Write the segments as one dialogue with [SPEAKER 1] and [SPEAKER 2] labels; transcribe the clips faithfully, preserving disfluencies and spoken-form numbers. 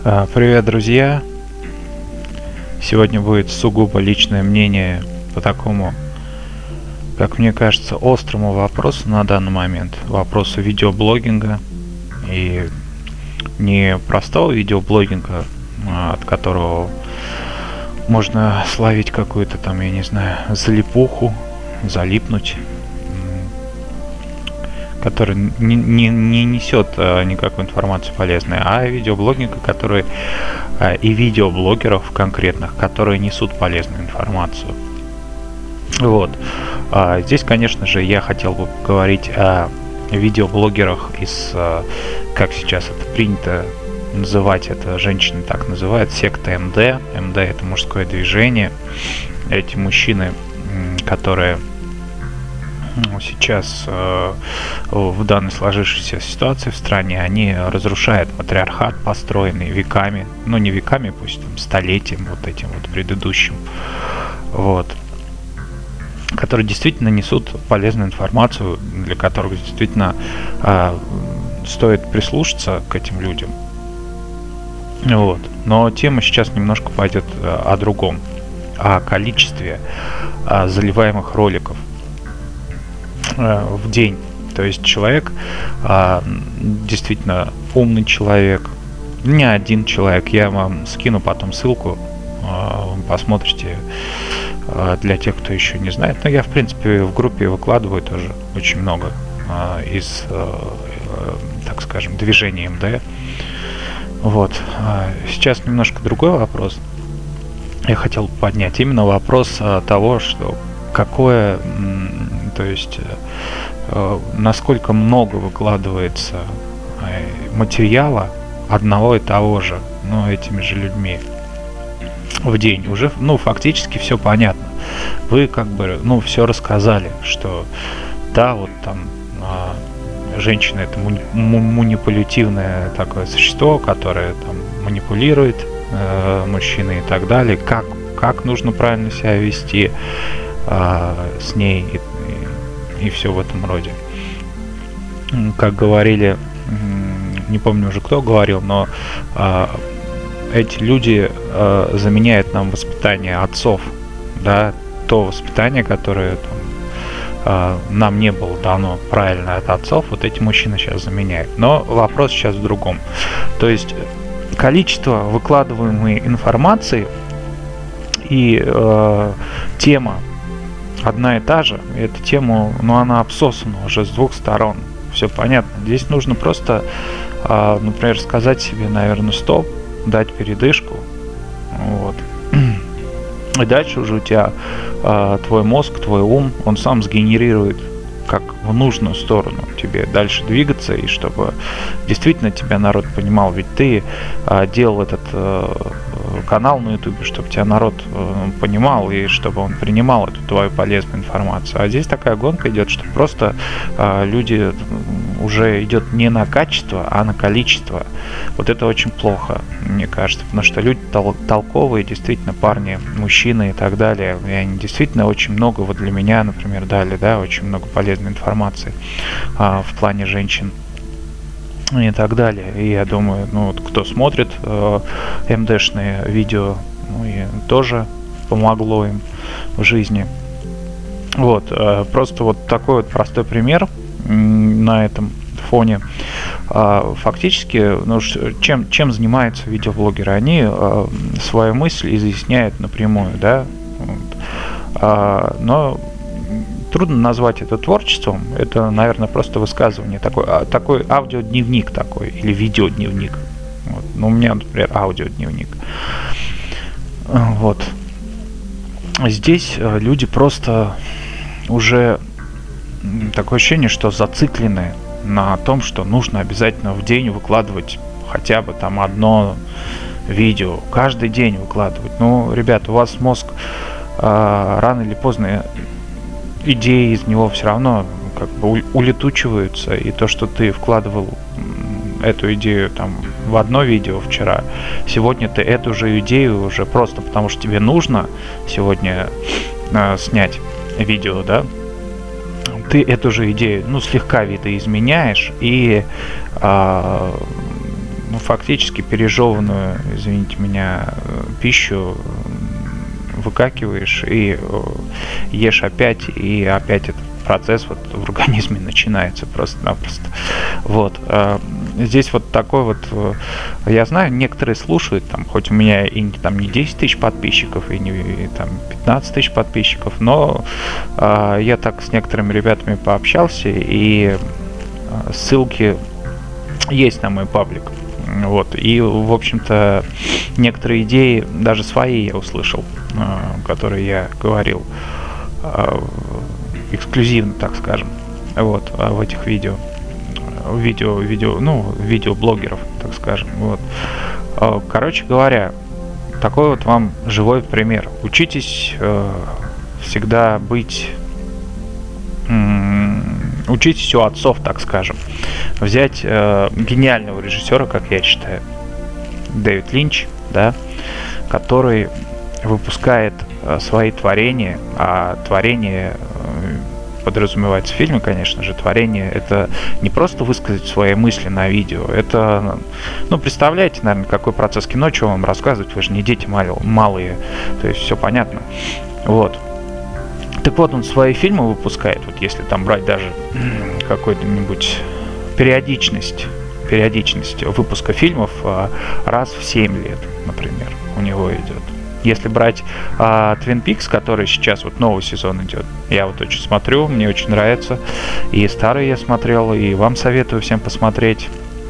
[SPEAKER 1] А, Привет, друзья! Сегодня будет сугубо личное мнение по такому, как мне кажется, острому вопросу на данный момент. Вопросу видеоблогинга. И не простого видеоблогинга, а, от которого можно словить какую-то там, я не знаю, залипуху, залипнуть, который не, не, не несет а, никакой информации полезной, а видеоблогинга, который а, и видеоблогеров конкретных, которые несут полезную информацию. Вот. А, здесь, конечно же, я хотел бы поговорить о видеоблогерах из, а, как сейчас это принято называть, это женщины так называют, секта эм дэ. эм дэ — это мужское движение. Эти мужчины, которые сейчас э, в данной сложившейся ситуации в стране, они разрушают патриархат, построенный веками, ну не веками, пусть там столетием вот этим вот предыдущим, вот, которые действительно несут полезную информацию, для которых действительно э, стоит прислушаться к этим людям. Вот. Но тема сейчас немножко пойдет о другом, о количестве о заливаемых роликов в день. То есть человек, а, действительно умный человек, не один человек, я вам скину потом ссылку, а, посмотрите, а, для тех, кто еще не знает. Но я, в принципе, в группе выкладываю тоже очень много а, из, а, так скажем, движения эм дэ. Вот. А сейчас немножко другой вопрос. Я хотел поднять именно вопрос а, того, что какое, то есть э, насколько много выкладывается э, материала одного и того же, но этими же людьми в день. Уже, ну, фактически все понятно. Вы как бы, ну, все рассказали, что да, вот там э, женщина — это муни- манипулятивное такое существо, которое там манипулирует э, мужчиной и так далее, как, как нужно правильно себя вести с ней и, и, и все в этом роде. Как говорили, не помню уже кто говорил, но а, эти люди а, заменяют нам воспитание отцов, да, то воспитание, которое там, а, нам не было дано правильно от отцов, вот эти мужчины сейчас заменяют. Но вопрос сейчас в другом. То есть количество выкладываемой информации и э, тема одна и та же. Эта тема, ну, она обсосана уже с двух сторон. Все понятно. Здесь нужно просто, э, например, сказать себе, наверное, стоп, дать передышку. Вот. И дальше уже у тебя э, твой мозг, твой ум, он сам сгенерирует, как в нужную сторону тебе дальше двигаться, и чтобы действительно тебя народ понимал. Ведь ты э, делал этот э, канал на ютубе, чтобы тебя народ э, понимал, и чтобы он принимал эту твою полезную информацию. А здесь такая гонка идет, что просто э, люди уже идет не на качество, а на количество. Вот это очень плохо, мне кажется, потому что люди тол- толковые, действительно, парни, мужчины и так далее, и они действительно очень много вот для меня, например, дали, да, очень много полезной информации а, в плане женщин и так далее. И я думаю, ну вот кто смотрит э, эм дэ-шные видео, ну, и тоже помогло им в жизни. Вот, э, просто вот такой вот простой пример м, на этом фоне. Э, фактически, ну, чем, чем занимаются видеоблогеры? Они э, свою мысль изъясняют напрямую, да, вот. э, но трудно назвать это творчеством, это, наверное, просто высказывание, такой, а, такой аудиодневник такой, или видеодневник. Вот. Ну, у меня, например, аудиодневник. Вот. Здесь люди просто уже такое ощущение, что зациклены на том, что нужно обязательно в день выкладывать хотя бы там одно видео, каждый день выкладывать. Ну, ребят, у вас мозг а, рано или поздно идеи из него все равно как бы улетучиваются, и то, что ты вкладывал эту идею там в одно видео вчера, сегодня ты эту же идею уже просто потому, что тебе нужно сегодня э, снять видео, да, ты эту же идею, ну, слегка видоизменяешь и э, ну, фактически пережеванную, извините меня, пищу выкакиваешь и ешь опять, и опять этот процесс вот в организме начинается просто-напросто. Вот. Здесь вот такой вот, я знаю, некоторые слушают, там, хоть у меня и там не десять тысяч подписчиков, и не и, там пятнадцать тысяч подписчиков, но э, я так с некоторыми ребятами пообщался, и ссылки есть на мой паблик. Вот. И, в общем-то, некоторые идеи, даже свои я услышал, э, которые я говорил э, эксклюзивно, так скажем, вот, в этих видео. видео, видео, ну, видеоблогеров, так скажем. Вот. Короче говоря, такой вот вам живой пример. Учитесь э, всегда быть... М- учитесь у отцов, так скажем. Взять э, гениального режиссера, как я считаю, Дэвид Линч, да, который выпускает э, свои творения, а творение... Э, подразумевается в фильме, конечно же, творение — это не просто высказать свои мысли на видео, это, ну, представляете, наверное, какой процесс кино, что вам рассказывать, вы же не дети мал- малые, то есть все понятно. Вот. Так вот, он свои фильмы выпускает, вот если там брать даже какую-нибудь периодичность, периодичность выпуска фильмов раз в семь лет, например, у него идет. Если брать а, Twin Peaks, который сейчас вот новый сезон идет, я вот очень смотрю, мне очень нравится. И старый я смотрел, и вам советую всем посмотреть.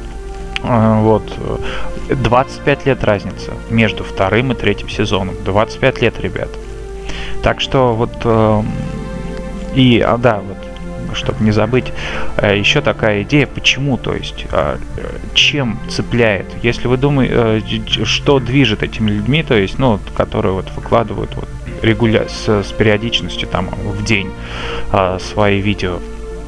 [SPEAKER 1] А, вот. двадцать пять лет разница между вторым и третьим сезоном. двадцать пять лет, ребят. Так что вот... А, и, а, да, вот, чтобы не забыть, еще такая идея, почему, то есть, чем цепляет. Если вы думаете, что движет этими людьми, то есть, ну, которые вот выкладывают вот регуля... с, с периодичностью там в день свои видео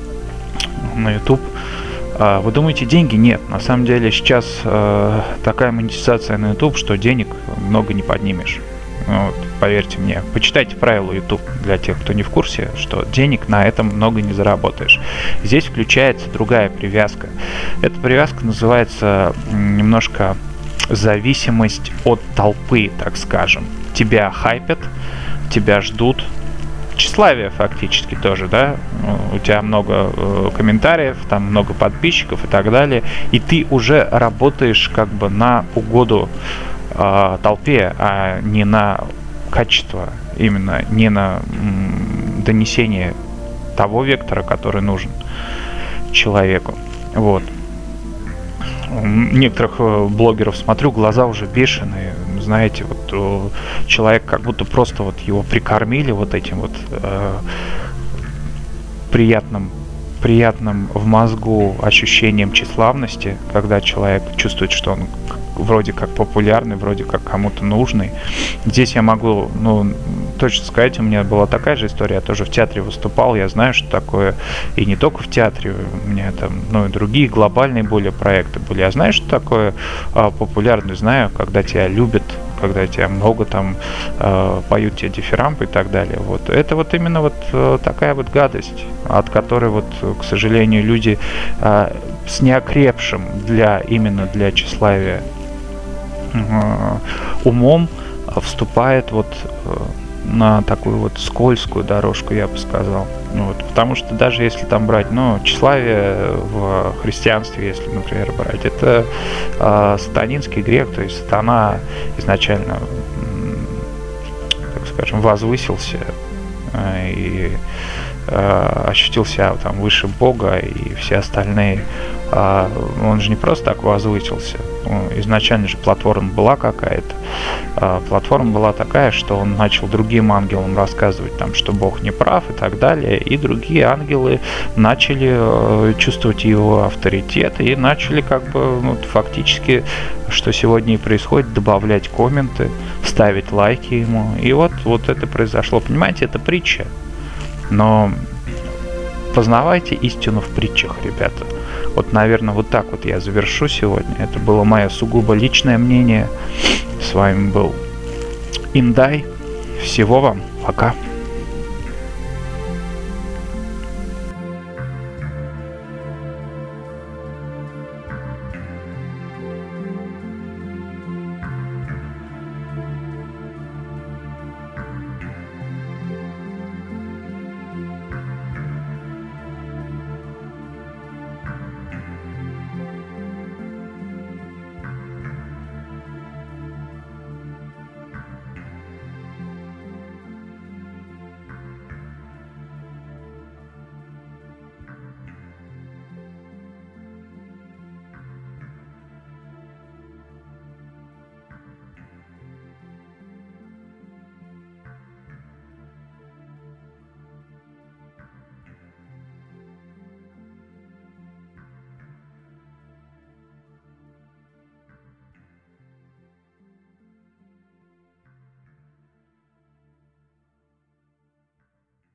[SPEAKER 1] на YouTube, вы думаете, деньги? Нет. На самом деле сейчас такая монетизация на YouTube, что денег много не поднимешь. Вот, поверьте мне, почитайте правила YouTube для тех, кто не в курсе, что денег на этом много не заработаешь. Здесь включается другая привязка. Эта привязка называется немножко зависимость от толпы, так скажем. Тебя хайпят, тебя ждут. Тщеславие фактически тоже, да? У тебя много э, комментариев, там много подписчиков и так далее. И ты уже работаешь как бы на угоду толпе, а не на качество, именно не на м, донесение того вектора, который нужен человеку. Вот. Некоторых блогеров смотрю, глаза уже бешеные, знаете, вот человек как будто просто вот его прикормили вот этим вот э, приятным приятным в мозгу ощущением тщеславности, когда человек чувствует, что он вроде как популярный, вроде как кому-то нужный. Здесь я могу, ну, точно сказать, у меня была такая же история, я тоже в театре выступал, я знаю, что такое, и не только в театре, у меня там, ну, и другие глобальные более проекты были. Я знаю, что такое а, популярный, знаю, когда тебя любят, когда тебя много там э, поют тебе дифирамбы и так далее. Вот. Это вот именно вот э, такая вот гадость, от которой вот, к сожалению, люди э, с неокрепшим для, именно для тщеславия э, умом вступает вот э, на такую вот скользкую дорожку, я бы сказал. Вот. Потому что даже если там брать, ну, тщеславие в христианстве, если, например, брать, это э, сатанинский грех, то есть сатана изначально, так скажем, возвысился э, и э, ощутил себя там выше Бога, и все остальные. Э, он же не просто так возвысился. Изначально же платформа была какая-то. А платформа была такая, что он начал другим ангелам рассказывать, там, что Бог не прав и так далее. И другие ангелы начали э, чувствовать его авторитет и начали как бы, ну, фактически, что сегодня и происходит, добавлять комменты, ставить лайки ему. И вот, вот это произошло. Понимаете, это притча. Но познавайте истину в притчах, ребята. Вот, наверное, вот так вот я завершу сегодня. Это было мое сугубо личное мнение. С вами был Индай. Всего вам. Пока.